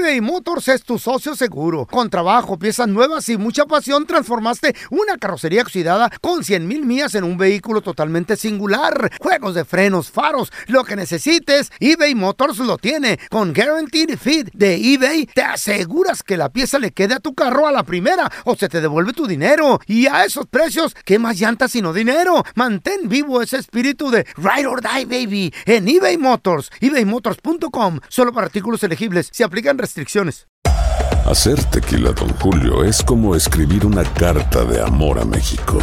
eBay Motors es tu socio seguro. Con trabajo, piezas nuevas y mucha pasión, transformaste una carrocería oxidada con 100,000 millas en un vehículo totalmente singular. Juegos de frenos, faros, lo que necesites, eBay Motors lo tiene. Con Guaranteed Fit de eBay, te aseguras que la pieza le quede a tu carro a la primera o se te devuelve tu dinero. Y a esos precios, ¿qué más llantas sino dinero? Mantén vivo ese espíritu de Ride or Die, baby, en eBay Motors. ebaymotors.com. Solo para artículos elegibles. Se aplican restricciones. Hacer tequila Don Julio es como escribir una carta de amor a México.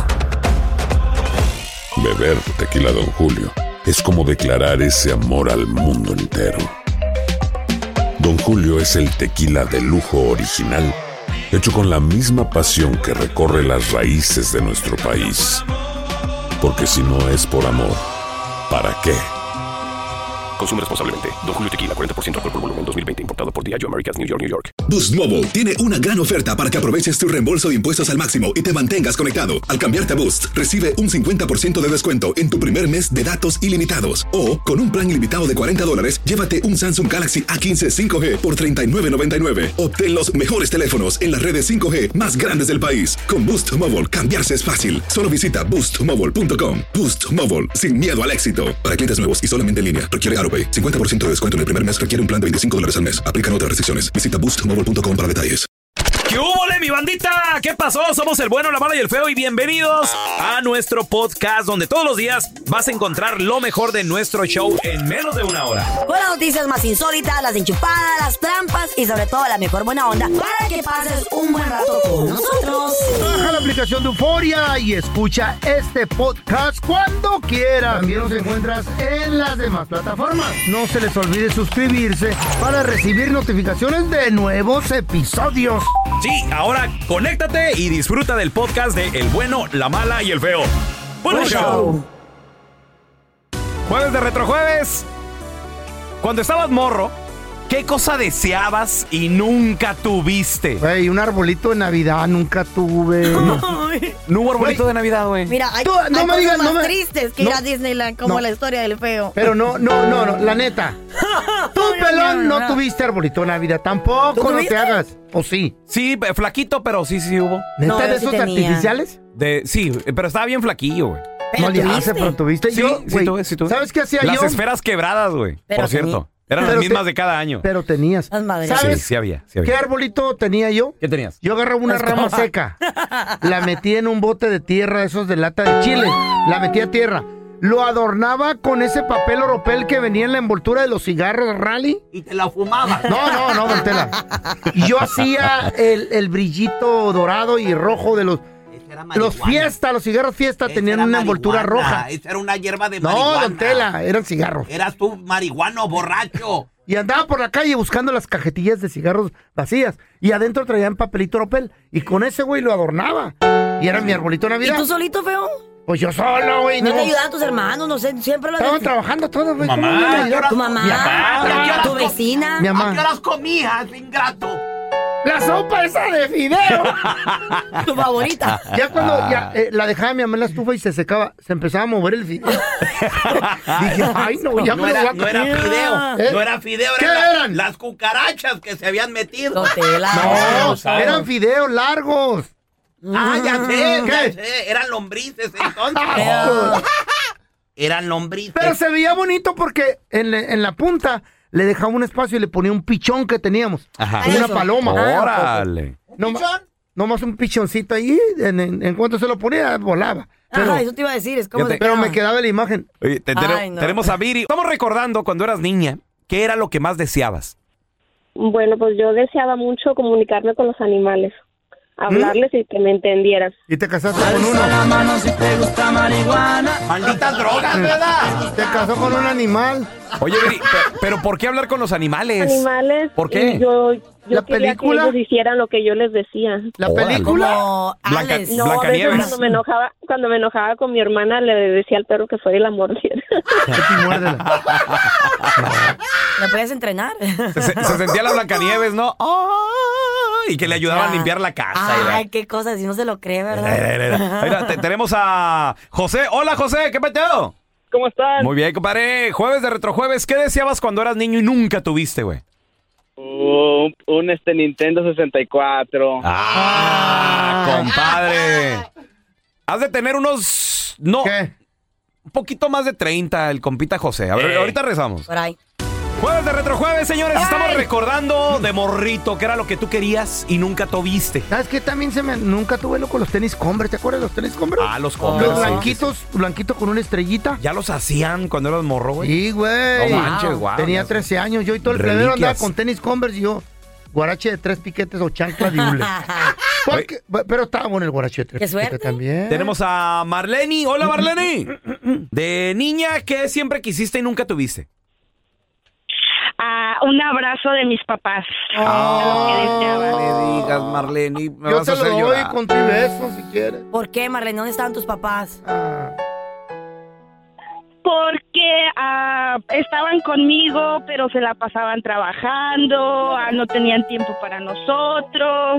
Beber tequila Don Julio es como declarar ese amor al mundo entero. Don Julio es el tequila de lujo original, hecho con la misma pasión que recorre las raíces de nuestro país. Porque si no es por amor, ¿para qué? Consume responsablemente. Don Julio Tequila, 40% alcohol por volumen, 2020. Importado por Diageo Americas, New York, New York. Boost Mobile tiene una gran oferta para que aproveches tu reembolso de impuestos al máximo y te mantengas conectado. Al cambiarte a Boost, recibe un 50% de descuento en tu primer mes de datos ilimitados. O, con un plan ilimitado de $40, llévate un Samsung Galaxy A15 5G por $39.99. Obtén los mejores teléfonos en las redes 5G más grandes del país. Con Boost Mobile, cambiarse es fácil. Solo visita boostmobile.com. Boost Mobile, sin miedo al éxito. Para clientes nuevos y solamente en línea, requiere AutoPay. 50% de descuento en el primer mes requiere un plan de $25 al mes. Aplican otras restricciones. Visita boostmobile.com para detalles. ¿Qué hubo, mi bandita? ¿Qué pasó? Somos el bueno, la mala y el feo y bienvenidos a nuestro podcast donde todos los días vas a encontrar lo mejor de nuestro show en menos de una hora. Con las noticias más insólitas, las enchupadas, las trampas y sobre todo la mejor buena onda para que pases un buen rato con nosotros. Baja la aplicación de Euforia y escucha este podcast cuando quieras. También nos encuentras en las demás plataformas. No se les olvide suscribirse para recibir notificaciones de nuevos episodios. Sí, ahora conéctate y disfruta del podcast de El Bueno, la Mala y el Feo. ¡Buen show! Jueves de Retrojueves. Cuando estabas morro, ¿qué cosa deseabas y nunca tuviste? Güey, un arbolito de Navidad nunca tuve. No hubo arbolito de Navidad, güey. Mira, hay no me cosas digas, más no me- tristes que ir a Disneyland, como la historia del feo. Pero no, la neta. Tú, pelón, no tuviste arbolito de Navidad. Tampoco, ¿Tú no tuviste? te hagas. ¿O sí? Sí, flaquito, pero sí hubo. ¿Neta No, de yo sí esos tenía. artificiales? Sí, pero estaba bien flaquillo, güey. No le hace, pero tuviste. Sí, Yo, sí güey, tuve. ¿sabes qué hacía Las yo? esferas quebradas, güey. Pero Por cierto. Eran Pero las mismas de cada año. Pero tenías. Las madres. ¿Sabes Sí había. qué arbolito tenía yo? ¿Qué tenías? Yo agarraba una rama seca, la metía en un bote de tierra, esos de lata de chile, la metía a tierra, lo adornaba con ese papel oropel que venía en la envoltura de los cigarros Rally. Y te la fumabas. No, don Tela. Y yo hacía el brillito dorado y rojo de los fiesta, los cigarros fiesta tenían una envoltura roja. Esa era una hierba de No, marihuana. don Tela, eran cigarros. Eras tú marihuano, borracho. Y andaba por la calle buscando las cajetillas de cigarros vacías. Y adentro traían papelito oropel. Y con ese, güey, lo adornaba. Y era mi arbolito de ¿Y Navidad. tú solito, feo? Pues yo solo, güey. ¿No te ayudaban tus hermanos? No sé, siempre lo Estaban trabajando todos, güey. Mamá. ¿Cómo me iban a ayudar? Tu mamá, Mi papá. tu vecina. Mi ¿A mamá. qué horas comías, ingrato? La sopa esa de fideo. Tu favorita. Ya cuando la dejaba mi mamá en la estufa y se secaba, se empezaba a mover el fideo. Dije, ay, no, ya No me lo era, voy a no era comer. fideo. ¿Eh? No era fideo. ¿Qué eran eran? las cucarachas que se habían metido. No, eran fideos largos. Ah, ya sé, ¿Qué? ya sé. Eran lombrices entonces. Eran lombrices. Pero se veía bonito porque en la punta le dejaba un espacio y le ponía un pichón que teníamos. Ajá. Como una paloma. Órale. Nomás un pichoncito ahí, en cuanto se lo ponía, volaba. Pero, Ajá, eso te iba a decir, es como Fíjate. se pero me queda. quedaba la imagen. Oye, Ay, no. tenemos a Viri. Estamos recordando cuando eras niña, ¿qué era lo que más deseabas? Bueno, pues yo deseaba mucho comunicarme con los animales, hablarles y que me entendieran. Y te casaste con uno. Malditas drogas, ¿verdad? Te casó con un animal. Oye, Viri, pero ¿por qué hablar con los animales? Animales. ¿Por qué? Y yo ¿La quería película? que ellos hicieran lo que yo les decía. ¿La Órale. película? Como Blanca- Alex. No, a veces Blancanieves. cuando me enojaba con mi hermana le decía al perro que fuera y la mordiera. Muérdela. ¿La puedes entrenar? Se sentía la Blancanieves, ¿no? Y que le ayudaban a limpiar la casa. Ay, qué cosa, si no se lo cree, ¿verdad? Mira, tenemos a José. Hola, José, ¿qué peteo? ¿Cómo están? Muy bien, compadre. Jueves de Retrojueves. ¿Qué deseabas cuando eras niño y nunca tuviste, güey? Un un Nintendo 64. Compadre. Has de tener unos... No, ¿Qué? un poquito más de 30, el compita José. A ver, ahorita rezamos. Por ahí. Jueves de Retrojueves, señores. Estamos recordando de morrito, que era lo que tú querías y nunca tuviste. ¿Sabes qué? También nunca tuve loco los tenis Converse. ¿Te acuerdas de los tenis Converse? Los Converse. Los sí, blanquitos, blanquitos con una estrellita. Ya los hacían cuando eras morro, güey. Sí, güey. No manches, guau. Tenía 13 años. Yo y todo el plebero andaba con tenis Converse y yo, guarache de 3 piquetes o chancla de hule. Pero estaba bueno el guarache de 3 Qué piquetes suerte. también. Tenemos a Marleni. Hola, Marleni. De niña, ¿qué siempre quisiste y nunca tuviste? Un abrazo de mis papás. No me digas, Marleni. Me Yo vas a te lo hacer doy llorar. con tu beso si quieres. ¿Por qué, Marlene? ¿Dónde estaban tus papás? Porque estaban conmigo, pero se la pasaban trabajando, no tenían tiempo para nosotros.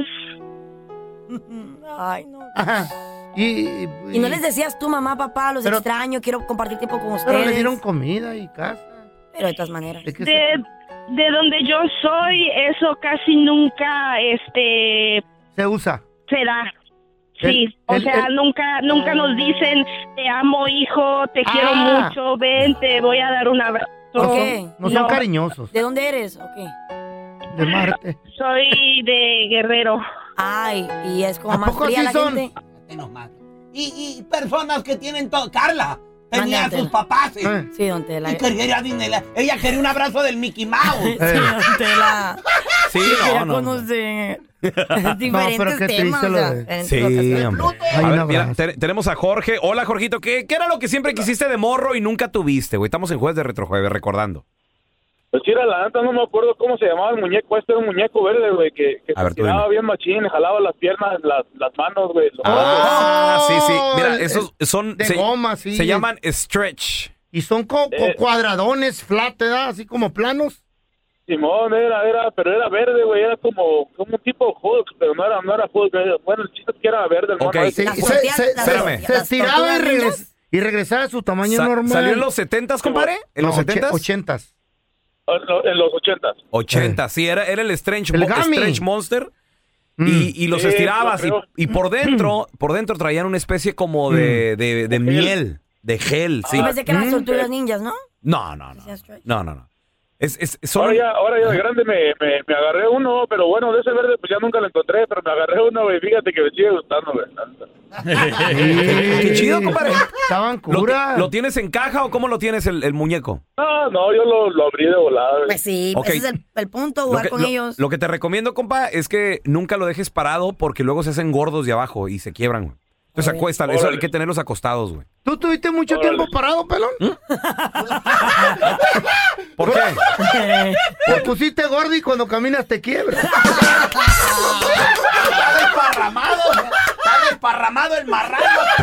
Ay, no. Ajá. Y no les decías tú, mamá, papá, los extraño, quiero compartir tiempo con ustedes. Pero le dieron comida y casa. Pero de todas maneras. De donde yo soy, eso casi nunca, se usa. Se da. Sí, nunca nos dicen, te amo, hijo, te quiero mucho, ven, te voy a dar un abrazo. ¿Por qué? No son cariñosos. ¿De dónde eres o qué? De Marte. Soy de Guerrero. Ay, y es como más fría la gente. Y personas que tienen todo. Carla tenía a sus papás. Sí, don Tela. Y quería dinero. Ella quería un abrazo del Mickey Mouse. Sí, don Tela. Sí, quería conocer diferentes temas. Sí, hombre. A ver, mira, tenemos a Jorge. Hola, Jorgito. ¿Qué era lo que siempre quisiste de morro y nunca tuviste, güey? Estamos en Jueves de Retrojueves, recordando. Pues mira, la neta no me acuerdo cómo se llamaba el muñeco. Era un muñeco verde, güey, que se tiraba bien machín, jalaba las piernas, las manos, güey. Sí. Mira, esos son... De goma, sí. Se llaman stretch. Y son cuadradones, flat, ¿verdad? Así como planos. Simón, pero era verde, güey, era como un tipo Hulk, pero no era Hulk. Bueno, el chiste es que era verde, el mono. Sí, se estiraba y regresaba a su tamaño normal. ¿Salió en los 70s, compadre? ¿En los 70s? 80s. En los 80s. 80, sí, era el Stretch Monster. Y los Sí, estirabas lo creo. y por dentro traían una especie como de miel, de gel, sí. Yo pensé que eran tortugas ninjas, ¿no? No. Ahora ya de grande me agarré uno, pero bueno, de ese verde pues ya nunca lo encontré, pero me agarré uno, güey, fíjate que me sigue gustando, güey. Qué chido, compadre. Estaban curas. ¿Lo tienes en caja o cómo lo tienes el muñeco? No, yo lo abrí de volada, güey. Pues sí, ese es el punto, jugar con ellos. Lo que te recomiendo, compa, es que nunca lo dejes parado porque luego se hacen gordos de abajo y se quiebran, güey. Entonces acuéstan, eso hay que tenerlos acostados, güey. ¿Tú tuviste mucho tiempo parado, pelón? ¿Por qué? Te pusiste gordo y cuando caminas te quiebras. Está desparramado el marrano.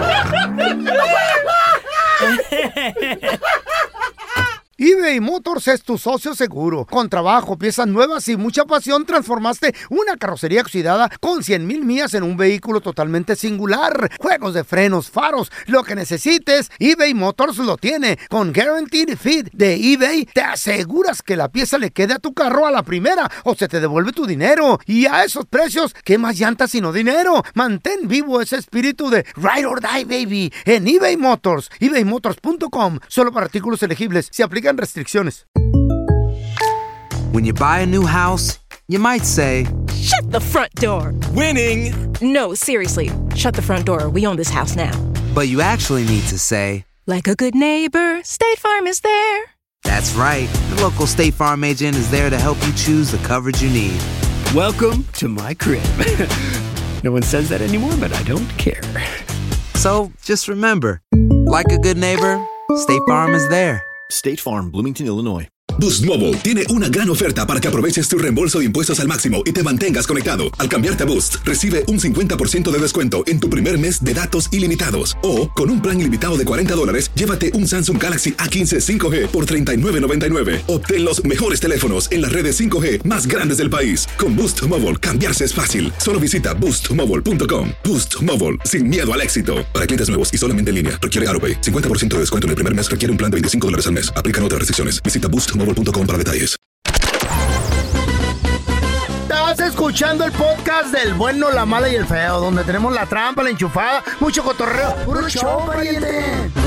eBay Motors es tu socio seguro. Con trabajo, piezas nuevas y mucha pasión, transformaste una carrocería oxidada con 100,000 millas en un vehículo totalmente singular. Juegos de frenos, faros, lo que necesites, eBay Motors lo tiene. Con Guaranteed Fit de eBay, te aseguras que la pieza le quede a tu carro a la primera o se te devuelve tu dinero. Y a esos precios, ¿qué más llantas sino dinero? Mantén vivo ese espíritu de Ride or Die, baby, en eBay Motors. ebaymotors.com. Solo para artículos elegibles. Se aplican restricciones. When you buy a new house, you might say, "Shut the front door." Winning. No, seriously. Shut the front door. We own this house now. but you actually need to say, "Like a good neighbor, State Farm is there." That's right. The local State Farm agent is there to help you choose the coverage you need. Welcome to my crib. No one says that anymore, but I don't care. So just remember, like a good neighbor, State Farm is there. State Farm, Bloomington, Illinois. Boost Mobile tiene una gran oferta para que aproveches tu reembolso de impuestos al máximo y te mantengas conectado. Al cambiarte a Boost, recibe un 50% de descuento en tu primer mes de datos ilimitados. O, con un plan ilimitado de $40, llévate un Samsung Galaxy A15 5G por $39.99. Obtén los mejores teléfonos en las redes 5G más grandes del país. Con Boost Mobile, cambiarse es fácil. Solo visita boostmobile.com. Boost Mobile, sin miedo al éxito. Para clientes nuevos y solamente en línea, requiere AroPay. 50% de descuento en el primer mes requiere un plan de $25 al mes. Aplican otras restricciones. Visita boostmobile.com para detalles. escuchando el podcast del bueno, la mala y el feo, donde tenemos la trampa, la enchufada, mucho cotorreo. ¡Puro show, pariente!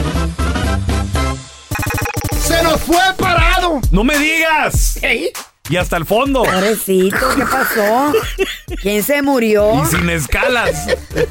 ¡Se nos fue parado! ¡No me digas! ¿Eh? Y hasta el fondo. Pobrecito, ¿qué pasó? ¿Quién se murió? Y sin escalas.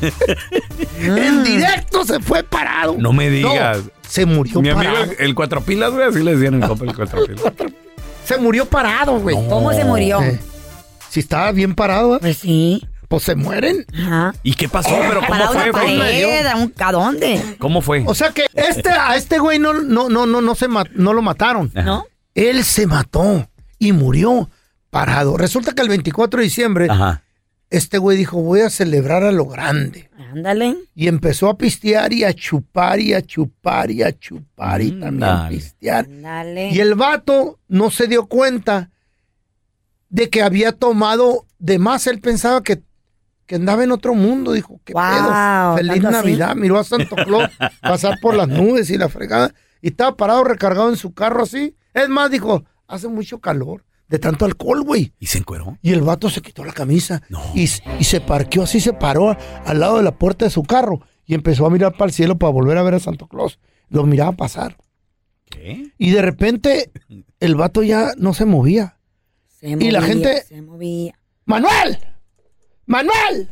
En directo se fue parado. No me digas. No, se murió Mi parado. amigo, el cuatro pilas, güey, así le decían el compa, el cuatro pilas. Se murió parado, güey. No. ¿Cómo se murió? Si estaba bien parado, Pues sí. pues se mueren. Ajá. ¿Y qué pasó? ¿Pero cómo Para fue? una pared, ¿a dónde? ¿Cómo fue? O sea que a este güey no lo mataron. ¿No? Él se mató y murió parado. Resulta que el 24 de diciembre, este güey dijo, voy a celebrar a lo grande. Ándale. Y empezó a pistear y a chupar y a chupar y a chupar y también a pistear. Ándale. Y el vato no se dio cuenta de que había tomado de más. Él pensaba que andaba en otro mundo. Dijo, ¿qué pedo? Feliz Navidad. Así. Miró a Santa Claus pasar por las nubes y la fregada. Y estaba parado recargado en su carro así. Es más, dijo, hace mucho calor. De tanto alcohol, güey. ¿Y se encueró? Y el vato se quitó la camisa. No. Y se parqueó así, se paró al lado de la puerta de su carro. Y empezó a mirar para el cielo para volver a ver a Santa Claus. Lo miraba pasar. ¿Qué? Y de repente, el vato ya no se movía. Y la gente... Se movía. ¡Manuel! ¡Manuel!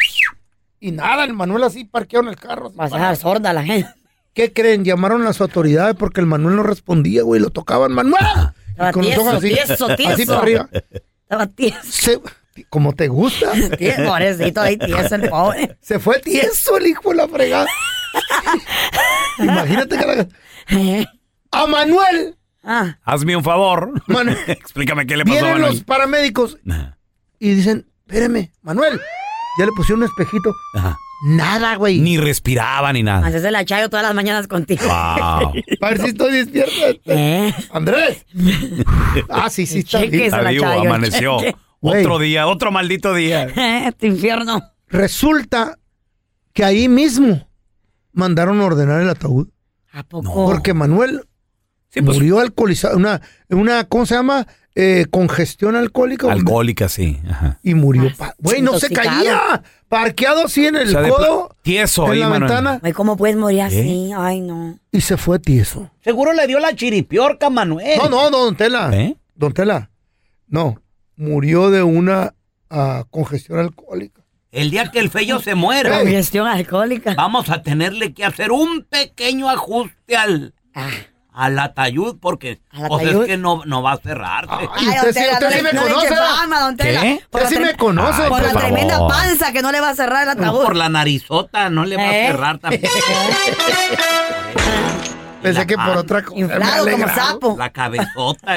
Y nada, el Manuel así parqueado en el carro. Va a dejar sorda la gente. ¿Qué creen? Llamaron a las autoridades porque el Manuel no respondía, güey. Lo tocaban, ¡Manuel! Estaba tieso, así para arriba. Estaba tieso. ¿Cómo te gusta? Pobrecito, ahí tieso el pobre. Se fue tieso el hijo de la fregada. Imagínate que a Manuel. Hazme un favor. Explícame qué le pasó a Vienen Manuel. los paramédicos y dicen, espérame, Manuel, ya le pusieron un espejito. Nada, güey. Ni respiraba ni nada. Haces el chayo todas las mañanas contigo. Wow. Para ver si estoy despierto. Andrés. Sí, está bien. Está vivo, amaneció. Otro día, otro maldito día. Este infierno. Resulta que ahí mismo mandaron a ordenar el ataúd. ¿A poco? Porque Manuel murió alcoholizado. Una ¿cómo se llama? Congestión alcohólica. Alcohólica, sí. Ajá. Y murió. Güey, no se caía. Parqueado así en el codo. Tieso en ahí, la Manuel. ventana. Ay, ¿cómo puedes morir así? Ay, no. Y se fue tieso. Seguro le dio la chiripiorca, Manuel. No, don Tela. Don Tela. No. Murió de una congestión alcohólica. El día que el feyo se muera. Congestión alcohólica. Vamos a tenerle que hacer un pequeño ajuste al ataúd porque pues es que no va a cerrarse. Usted sí me conoce. ¿Qué? Usted sí me conoce. Por la tremenda panza que no le va a cerrar el ataúd. Por la narizota no le va a cerrar tampoco. Pensé que por otra cosa. Inflado como sapo. La cabezota.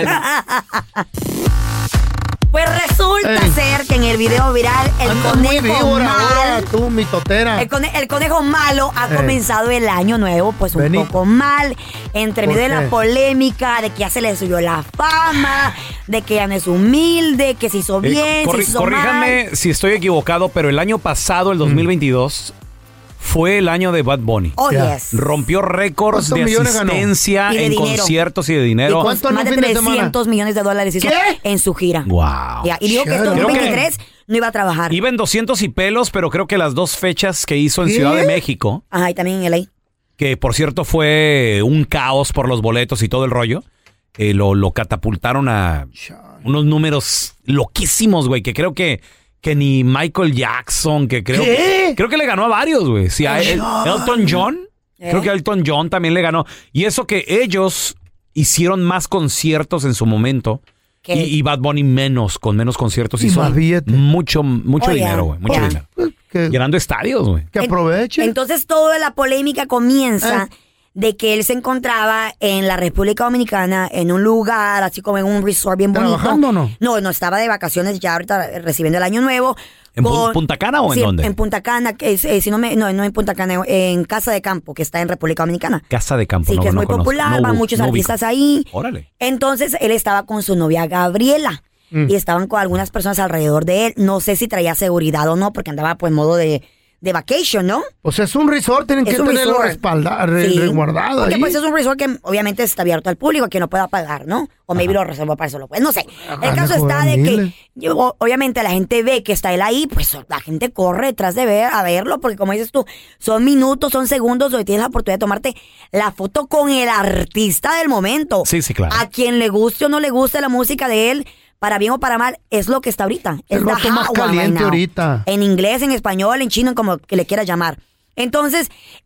Pues resulta ser que en el video viral el conejo mal, tú, mi totera. El conejo malo ha comenzado el año nuevo pues un poco mal, entre medio de la polémica de que ya se le subió la fama, de que ya no es humilde, que se hizo bien, se hizo corríjame mal. si estoy equivocado, pero el año pasado, el 2022, fue el año de Bad Bunny. Oh, yes. Rompió récords de asistencia en conciertos y de dinero. ¿Y cuánto más de $300 millones hizo en su gira? Wow. Y dijo que este 2023 no iba a trabajar. Iba en 200 y pelos, pero creo que las dos fechas que hizo en Ciudad de México. Ajá, y también en LA. Que por cierto fue un caos por los boletos y todo el rollo. Lo catapultaron a unos números loquísimos, güey, que creo que ni Michael Jackson, que creo que le ganó a varios, güey. Sí, a Elton John. Creo que Elton John también le ganó. Y eso que ellos hicieron más conciertos en su momento. Y Bad Bunny con menos conciertos. Hizo mucho dinero, güey. Mucho dinero. Llenando estadios, güey. Que aproveche. Entonces toda la polémica comienza de que él se encontraba en la República Dominicana, en un lugar, así como en un resort bien bonito. ¿Trabajando o no? No, estaba de vacaciones ya ahorita recibiendo el año nuevo. ¿En Punta Cana o en dónde? En Punta Cana, no en Punta Cana, en Casa de Campo, que está en República Dominicana. Casa de Campo, sí, que es muy popular, van muchos artistas ahí. Órale. Entonces él estaba con su novia Gabriela. Y estaban con algunas personas alrededor de él. No sé si traía seguridad o no, porque andaba pues en modo de de vacation, ¿no? O sea, es un resort, tienen que tenerlo resguardado. Porque ahí. pues es un resort que obviamente está abierto al público, que no pueda pagar, ¿no? O maybe lo reservó para eso, pues no sé. El caso está de que obviamente la gente ve que está él ahí, pues la gente corre detrás de verlo, porque como dices tú, son minutos, son segundos donde tienes la oportunidad de tomarte la foto con el artista del momento. Sí, claro. A quien le guste o no le guste la música de él, para bien o para mal, es lo que está ahorita. Es lo más caliente ahorita. En inglés, en español, en chino, como que le quieras llamar. Entonces,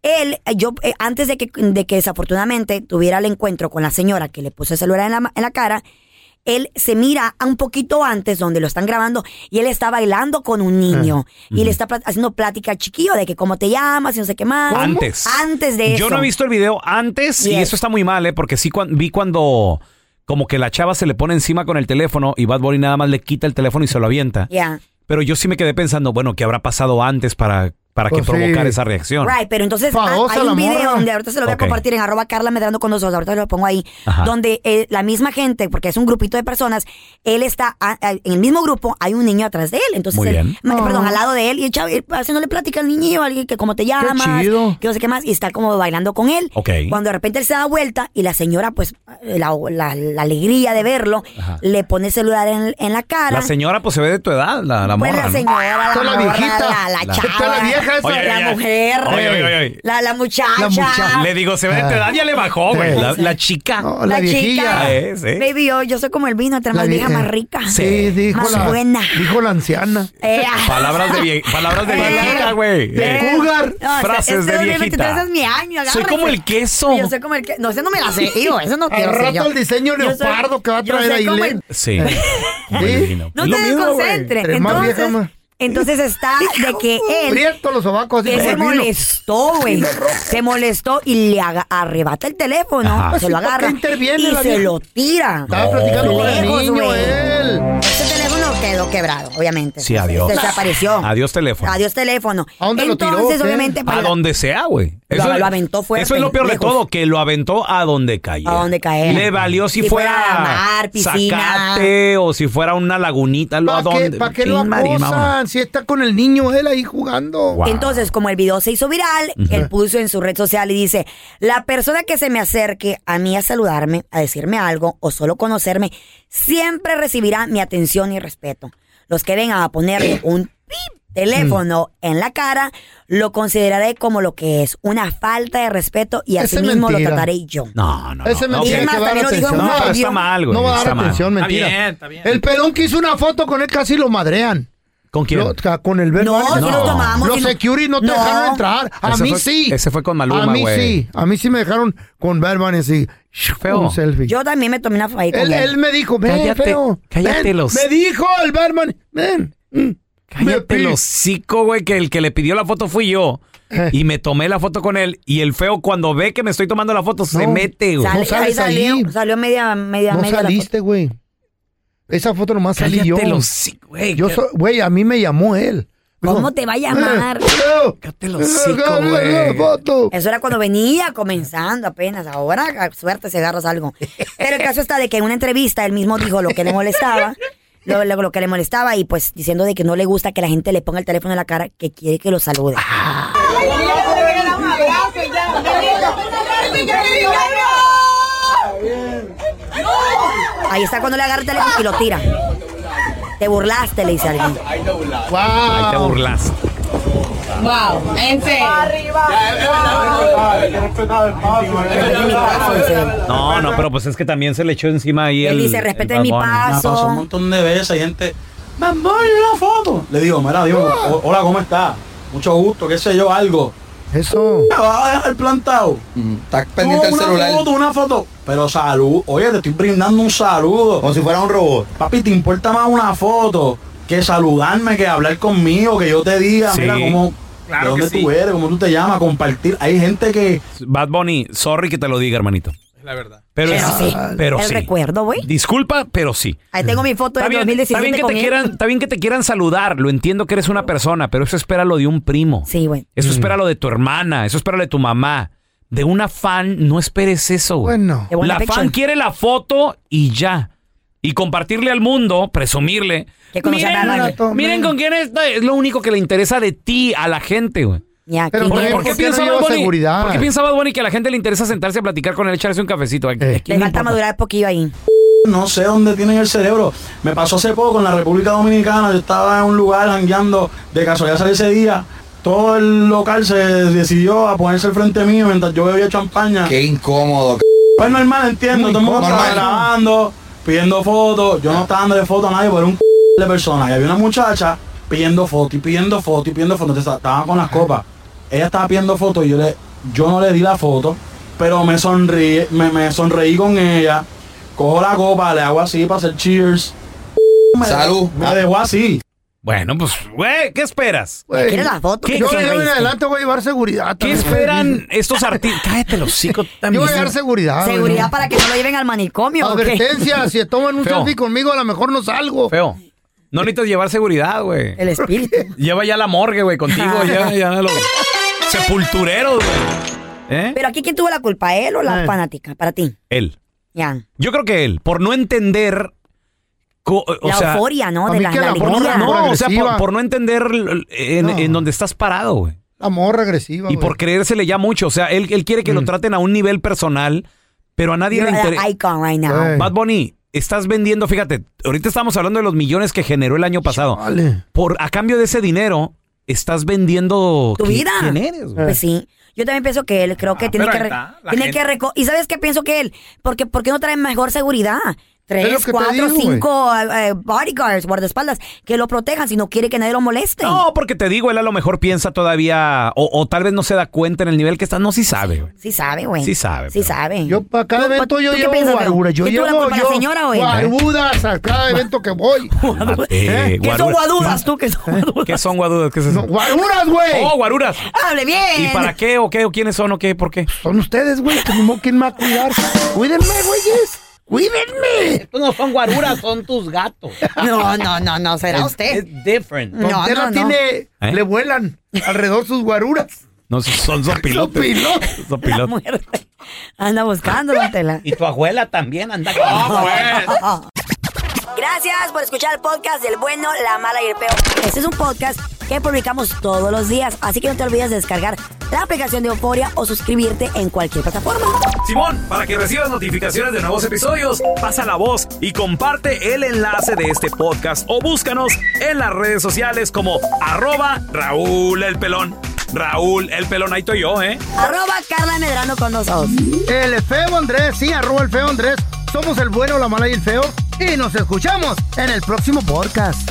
antes de que desafortunadamente tuviera el encuentro con la señora que le puso el celular en la cara, él se mira un poquito antes donde lo están grabando y él está bailando con un niño y le está haciendo plática al chiquillo de que cómo te llamas y no sé qué más. Antes de eso. Yo no he visto el video antes y eso está muy mal, porque sí vi cuando como que la chava se le pone encima con el teléfono y Bad Bunny nada más le quita el teléfono y se lo avienta. Pero yo sí me quedé pensando, bueno, ¿qué habrá pasado antes para que provocara esa reacción? Right, pero entonces hay un video donde ahorita se lo voy a compartir en @CarlaMedrano con nosotros, ahorita lo pongo ahí, donde la misma gente, porque es un grupito de personas, él está, en el mismo grupo hay un niño atrás de él, entonces al lado de él, y el chavo haciéndole plática al niño, alguien que cómo te llamas, que no sé qué más, y está como bailando con él. Cuando de repente él se da vuelta y la señora, pues, la alegría de verlo, le pone el celular en la cara. La señora, pues, se ve de tu edad, la pues morra, la señora, ¿no? la viejita, la chava, la mujer, la muchacha. Le digo, se ve de tu edad, ya le bajó, güey. La chica. No, la viejilla. Baby, yo soy como el vino, entre más vieja, más rica. Sí, dijo más buena. Dijo la anciana. Palabras de viejita, güey. De cougar. Frases de viejita. Ese es mi año, soy como el queso. Yo soy como el queso. No, ese no me la sé, tío. Eso no quiero ser yo. Al rato el diseño leopardo que va a traer ahí. Sí. No te desconcentres. Entonces está de que él se molestó, güey. Se molestó y le arrebata el teléfono, se lo agarra y se lo tira. Estaba platicando con el niño, él. Este teléfono quedó quebrado, obviamente. Sí, adiós. Desapareció. Adiós teléfono. ¿A dónde lo tiró? Entonces, obviamente, a donde sea, güey. Lo aventó fuerte. Eso es lo peor de todo, que lo aventó a donde cayó. A donde cayó. Le valió si fuera mar, piscina, Zacate o si fuera una lagunita. ¿Para qué lo acosan? Si está con el niño él ahí jugando. Wow. Entonces, como el video se hizo viral, él puso en su red social y dice: la persona que se me acerque a mí a saludarme, a decirme algo o solo conocerme, siempre recibirá mi atención y respeto. Los que vengan a ponerle un teléfono en la cara, lo consideraré como lo que es, una falta de respeto, y así mismo lo trataré yo. No. Ese mentira, que va a dar atención. No, pero está mal, güey. No va a dar atención, mentira. Está bien. El pelón que hizo una foto con él casi lo madrean. ¿Con quién? Con el Bad Bunny. No, si nos tomamos. Los security no te dejaron entrar. A mí sí. Ese fue con Maluma, güey. A mí sí me dejaron con Bad Bunny así. Feo. Un selfie. Yo también me tomé una foto ahí con él. Él me dijo, cállate los. Me dijo el Bad Bunny, ven. Cállate el hocico, güey, que el que le pidió la foto fui yo. Y me tomé la foto con él. Y el feo, cuando ve que me estoy tomando la foto, se mete, güey. Salió media. No saliste, güey. Esa foto nomás salí yo. Cállate el hocico, güey. Güey, a mí me llamó él. ¿Cómo te va a llamar? Cállate el hocico, güey. Eso era cuando venía comenzando apenas. Ahora, suerte si agarras algo. Pero el caso está de que en una entrevista él mismo dijo lo que le molestaba. Lo que le molestaba, y pues diciendo de que no le gusta que la gente le ponga el teléfono en la cara, que quiere que lo salude. Ahí está cuando le agarra el teléfono y lo tira. Te burlaste, le dice alguien. Wow. Ahí te burlaste. Wow, en serio. No, pero pues es que también se le echó encima ahí él dice, respeten mi paso. Me pasó un montón de veces, hay gente, me voy una foto. Le digo, mira, hola, ¿cómo estás? Mucho gusto, qué sé yo, algo. Eso. Me vas a dejar plantado. Estás pendiente del celular. Una foto. Pero salud, oye, te estoy brindando un saludo. Como si fuera un robot. Papi, ¿te importa más una foto que saludarme, que hablar conmigo, que yo te diga, mira cómo... Claro, de dónde tú eres, cómo tú te llamas, compartir. Hay gente que... Bad Bunny, sorry que te lo diga, hermanito. Es la verdad. Pero sí. Recuerdo, güey. Disculpa, pero sí. Ahí tengo mi foto de 2017 Está bien que te quieran saludar. Lo entiendo que eres una persona, pero eso espéralo de un primo. Sí, güey. Eso espéralo de tu hermana. Eso espéralo de tu mamá. De una fan, no esperes eso, güey. Bueno. La fan quiere la foto y ya. y compartirle al mundo, presumirle. Miren con quién está. Es lo único que le interesa de ti a la gente, güey. Ya, pero ¿por qué piensa Bad Bunny? ¿Por qué piensa Bad Bunny que a la gente le interesa sentarse a platicar con él, echarse un cafecito? Le falta madurar un poquillo ahí. No sé dónde tienen el cerebro. Me pasó hace poco en la República Dominicana. Yo estaba en un lugar jangueando. De casualidad salí ese día. Todo el local se decidió a ponerse al frente mío mientras yo bebía champaña. Qué incómodo. Pues normal, entiendo. Todo el mundo estaba grabando, pidiendo fotos. Yo no estaba dando de fotos a nadie, pero era un de personas. Y había una muchacha pidiendo fotos y pidiendo fotos y pidiendo fotos. Estaban con las copas. Ella estaba pidiendo fotos y yo no le di la foto, pero me sonreí con ella. Cojo la copa, le hago así para hacer cheers. Salud. Me dejó así. Bueno, pues, güey, ¿qué esperas? ¿Quieres la foto? Yo en adelante voy a llevar seguridad. ¿Qué esperan estos artistas? Cállate los hocico también. Yo voy a llevar seguridad. Seguridad para que no lo lleven al manicomio. Advertencia, si toman un selfie conmigo, a lo mejor no salgo. Feo. No necesitas llevar seguridad, güey. El espíritu. Lleva ya la morgue, güey, contigo. ya lo... Sepultureros, güey. Pero aquí, ¿quién tuvo la culpa? ¿Él o la fanática? Para ti. Él. Ya. Yo creo que él, por no entender... euforia, ¿no? De la alegría. No, o sea, por no entender en donde estás parado, güey. La morra agresiva, y por creérsele ya mucho. O sea, él quiere que lo traten a un nivel personal, pero a nadie le interesa. Icon right now. Bad Bunny, estás vendiendo, fíjate, ahorita estamos hablando de los millones que generó el año pasado. A cambio de ese dinero, estás vendiendo tu vida. ¿Quién eres, güey? Pues sí. Yo también pienso que él, creo que tiene que... ¿Y sabes qué pienso que él? ¿Por qué no trae mejor seguridad? 3, 4, 5 bodyguards, guardaespaldas, que lo protejan si no quiere que nadie lo moleste. No, porque te digo, él a lo mejor piensa todavía, o tal vez no se da cuenta en el nivel que está. No, sí sabe, güey. Sí sabe, güey. Sí sabe. Sí sabe. Yo para cada evento yo llevo guaruras. Yo llevo la señora, güey. Guarudas a cada evento que voy. ¿Qué son guadudas tú? ¿Qué son guadudas? ¿Qué son guadudas? ¿Qué es eso? No, guaruras, güey. Oh, guaruras. Hable bien. ¿Y para qué o qué? ¿O quiénes son o qué? ¿Por qué? Son ustedes, güey. ¿Quién me va a cuidar? Cuídenme, güeyes. ¡Cuídenme! Estos no son guaruras, son tus gatos. No, será usted. Es different. No. Tiene, le vuelan alrededor sus guaruras. No, son pilotes. Son pilotos. Anda buscando, don Tela. Y tu abuela también anda con Gracias por escuchar el podcast del bueno, la mala y el peor. Este es un podcast que publicamos todos los días, así que no te olvides de descargar la aplicación de Euforia o suscribirte en cualquier plataforma. Simón, para que recibas notificaciones de nuevos episodios, pasa la voz y comparte el enlace de este podcast o búscanos en las redes sociales como @Raúl el Pelón. Raúl el Pelón, ahí estoy yo, @Carla Medrano con nosotros. El feo Andrés, sí, @el feo Andrés. Somos el bueno, la mala y el feo. Y nos escuchamos en el próximo podcast.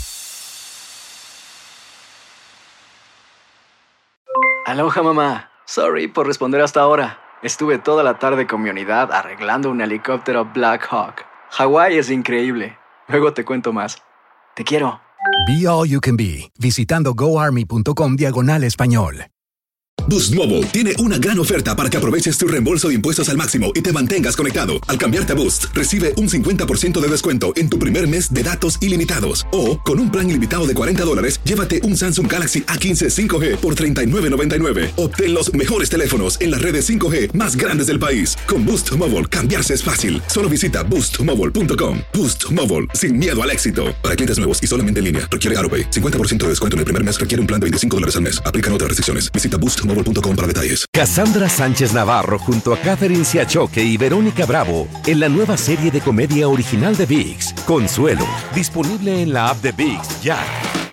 Aloha, mamá. Sorry por responder hasta ahora. Estuve toda la tarde con mi unidad arreglando un helicóptero Black Hawk. Hawái es increíble. Luego te cuento más. Te quiero. Be All You Can Be, visitando goarmy.com/español. Boost Mobile tiene una gran oferta para que aproveches tu reembolso de impuestos al máximo y te mantengas conectado. Al cambiarte a Boost, recibe un 50% de descuento en tu primer mes de datos ilimitados. O, con un plan ilimitado de $40, llévate un Samsung Galaxy A15 5G por $39.99. Obtén los mejores teléfonos en las redes 5G más grandes del país. Con Boost Mobile, cambiarse es fácil. Solo visita boostmobile.com. Boost Mobile, sin miedo al éxito. Para clientes nuevos y solamente en línea, requiere AutoPay. 50% de descuento en el primer mes requiere un plan de $25 al mes. Aplican otras restricciones. Visita boostmobile.com para detalles. Cassandra Sánchez Navarro junto a Catherine Siachoque y Verónica Bravo en la nueva serie de comedia original de ViX, Consuelo, disponible en la app de ViX ya.